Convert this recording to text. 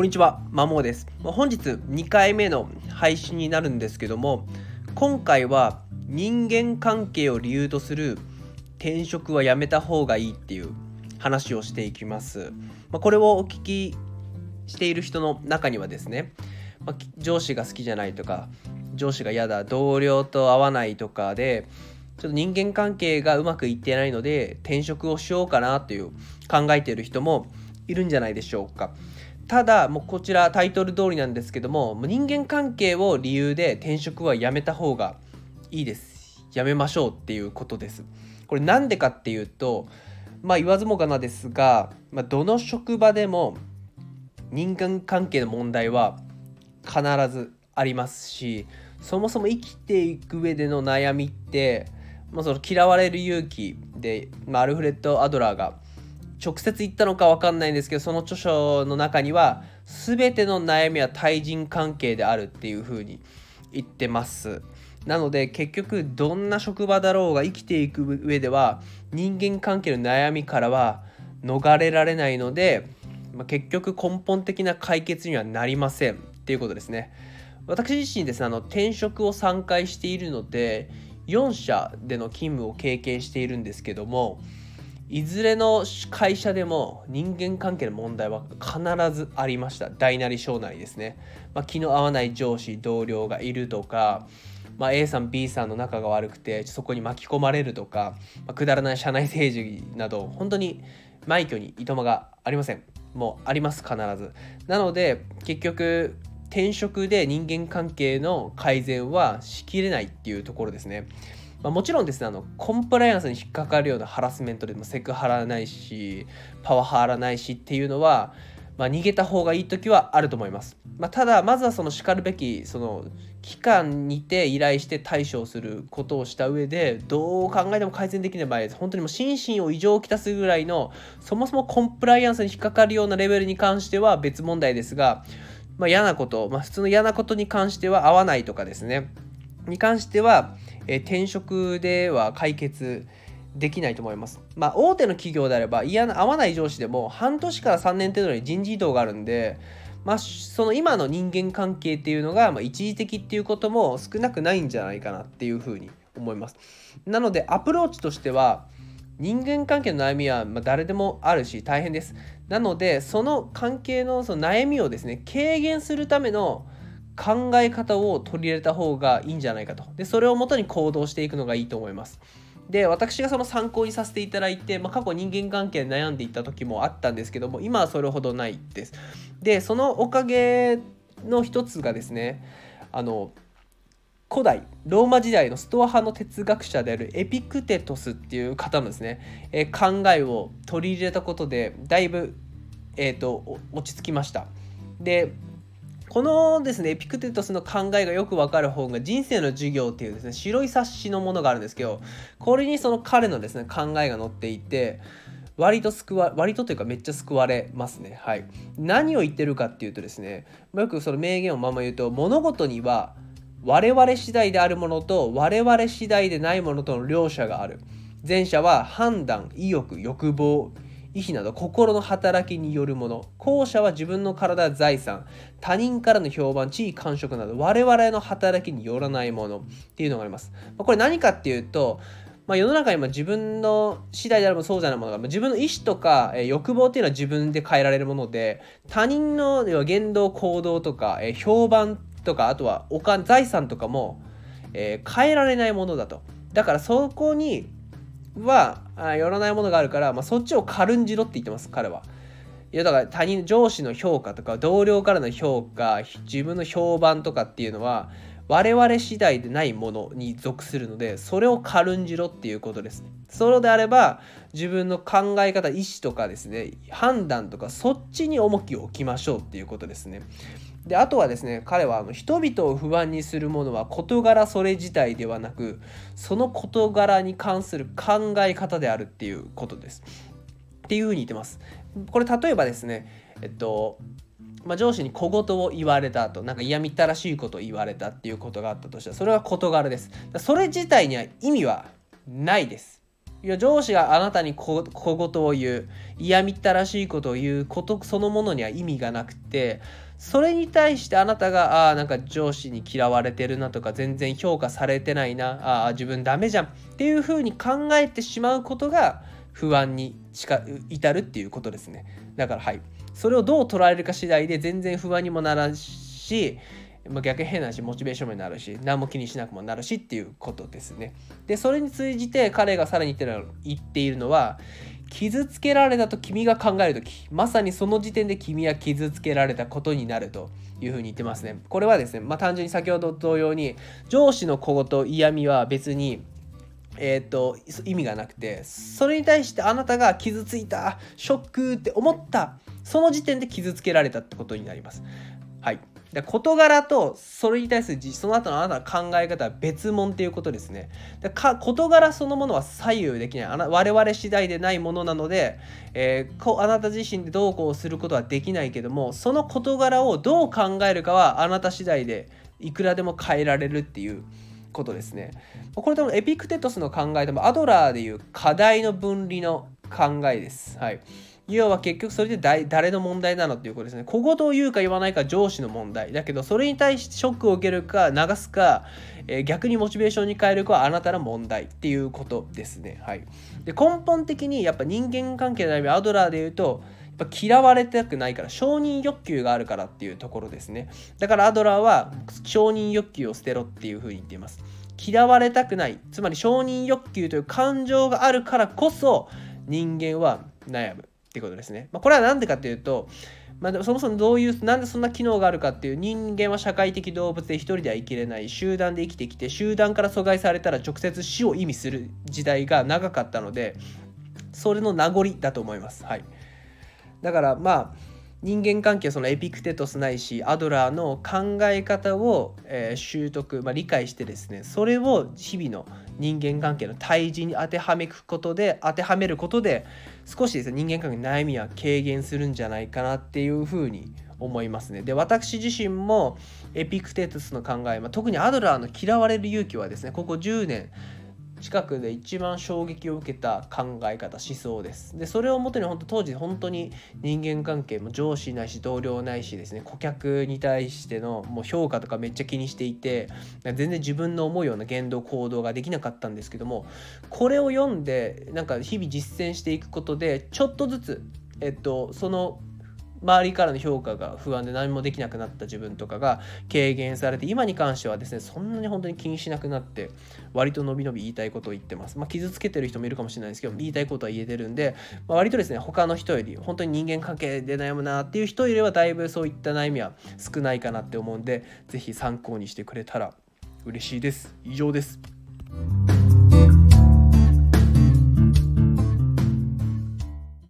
にちは、まもです。本日2回目の配信になるんですけども、今回は人間関係を理由とする転職はやめた方がいいっていう話をしていきます。これをお聞きしている人の中にはですね、上司が好きじゃないとか、上司が嫌だ、同僚と合わないとかで、ちょっと人間関係がうまくいってないので転職をしようかなという考えている人もいるんじゃないでしょうか。ただもうこちらタイトル通りなんですけども、人間関係を理由で転職はやめた方がいいです。やめましょうっていうことです。これなんでかっていうと、言わずもがなですが、どの職場でも人間関係の問題は必ずありますし、そもそも生きていく上での悩みって、その嫌われる勇気で、アルフレッド・アドラーが直接言ったのか分かんないんですけど、その著書の中には全ての悩みは対人関係であるっていう風に言ってます。なので結局どんな職場だろうが生きていく上では人間関係の悩みからは逃れられないので、結局根本的な解決にはなりませんっていうことですね。私自身ですね、転職を3回しているので4社での勤務を経験しているんですけども、いずれの会社でも人間関係の問題は必ずありました。大なり小なりですね。気の合わない上司同僚がいるとか、A さん B さんの仲が悪くてそこに巻き込まれるとか、くだらない社内政治など本当に枚挙にいとまがありません。もうあります、必ず。なので結局転職で人間関係の改善はしきれないっていうところですね。もちろんですね、コンプライアンスに引っかかるようなハラスメントでもセクハラないしパワハラないしっていうのは、逃げた方がいい時はあると思います。ただまずはその叱るべきその機関にて依頼して対処することをした上で、どう考えても改善できない場合です。本当にもう心身を異常をきたすぐらいのそもそもコンプライアンスに引っかかるようなレベルに関しては別問題ですが、嫌なこと、普通の嫌なことに関しては合わないとかですねに関しては、転職では解決できないと思います。大手の企業であれば合わない上司でも半年から3年程度に人事異動があるんで、その今の人間関係っていうのが、一時的っていうことも少なくないんじゃないかなっていうふうに思います。なのでアプローチとしては、人間関係の悩みは誰でもあるし大変です。なのでその関係のその悩みをですね軽減するための考え方を取り入れた方がいいんじゃないかと。でそれをもとに行動していくのがいいと思います。で私がその参考にさせていただいて、過去人間関係で悩んでいた時もあったんですけども、今はそれほどないです。でそのおかげの一つがですね、古代ローマ時代のストア派の哲学者であるエピクテトスっていう方のですね、考えを取り入れたことでだいぶ、落ち着きました。でこのですねエピクテトスの考えがよくわかる本が人生の授業っていうですね白い冊子のものがあるんですけど、これにその彼のですね考えが載っていて、割とというかめっちゃ救われますね。はい。何を言ってるかっていうとですね、よくその名言を言うと、物事には我々次第であるものと我々次第でないものとの両者がある。前者は判断、意欲、欲望、意志など心の働きによるもの。後者は自分の体、財産、他人からの評判、地位、感触など我々の働きによらないものっていうのがあります。これ何かっていうと、世の中にも自分の次第であればそうじゃないものが、自分の意思とか、欲望っていうのは自分で変えられるもので、他人の言動行動とか、評判とか、あとは財産とかも、変えられないものだと。だからそこには寄らないものがあるから、そっちを軽んじろって言ってます、彼は。いやだから上司の評価とか同僚からの評価、自分の評判とかっていうのは我々次第でないものに属するので、それを軽んじろっていうことです。そうであれば自分の考え方、意思とかですね、判断とかそっちに重きを置きましょうっていうことですね。であとはですね、彼は人々を不安にするものは事柄それ自体ではなく、その事柄に関する考え方であるっていうことですっていうふうに言ってます。これ例えばですね、上司に小言を言われたと、嫌みったらしいことを言われたっていうことがあったとしたら、それは事柄です。それ自体には意味はないです。 いや上司があなたに小言を言う、嫌みったらしいことを言うことそのものには意味がなくて、それに対してあなたがなんか上司に嫌われてるなとか、全然評価されてないな、自分ダメじゃんっていう風に考えてしまうことが不安に至るっていうことですね。だからそれをどう捉えるか次第で全然不安にもならんし、逆に変な話モチベーションにもなるし、何も気にしなくもなるしっていうことですね。でそれに通じて彼がさらに言っているのは、傷つけられたと君が考えるとき、まさにその時点で君は傷つけられたことになるというふうに言ってますね。これはですね、単純に先ほど同様に上司の小言嫌味は別に意味がなくて、それに対してあなたが傷ついた、ショックって思ったその時点で傷つけられたってことになります。事柄とそれに対するその後のあなたの考え方は別物っていうことですね。事柄そのものは左右できない、我々次第でないものなので、あなた自身でどうこうすることはできないけども、その事柄をどう考えるかはあなた次第でいくらでも変えられるっていうことですね。これ多分エピクテトスの考えでもアドラーでいう課題の分離の考えです。要は結局それで誰の問題なのっていうことですね。小言を言うか言わないか上司の問題だけど、それに対してショックを受けるか流すか、逆にモチベーションに変えるかはあなたの問題っていうことですね。で根本的にやっぱ人間関係の悩み、アドラーで言うとやっぱ嫌われたくないから、承認欲求があるからっていうところですね。だからアドラーは承認欲求を捨てろっていうふうに言っています。嫌われたくない、つまり承認欲求という感情があるからこそ人間は悩むってことですね。これは何でかっていうと、そもそもなんでそんな機能があるかっていう、人間は社会的動物で一人では生きれない、集団で生きてきて、集団から阻害されたら直接死を意味する時代が長かったので、それの名残だと思います。だから人間関係、そのエピクテトスないしアドラーの考え方を、習得、理解してですね、それを日々の人間関係の対峙に当てはめることで少しですね、人間関係の悩みは軽減するんじゃないかなっていうふうに思いますね。で私自身もエピクテトスの考え、特にアドラーの嫌われる勇気はですね、ここ10年近くで一番衝撃を受けた考え方、思想です。でそれをもとに当時本当に人間関係も上司ないし同僚ないしですね、顧客に対してのもう評価とかめっちゃ気にしていて、全然自分の思うような言動行動ができなかったんですけども、これを読んで日々実践していくことでちょっとずつその周りからの評価が不安で何もできなくなった自分とかが軽減されて、今に関してはですね、そんなに本当に気にしなくなって割と伸び伸び言いたいことを言ってます。傷つけてる人もいるかもしれないですけど、言いたいことは言えてるんで、割とですね、他の人より本当に人間関係で悩むなっていう人よりはだいぶそういった悩みは少ないかなって思うんで、ぜひ参考にしてくれたら嬉しいです。以上です。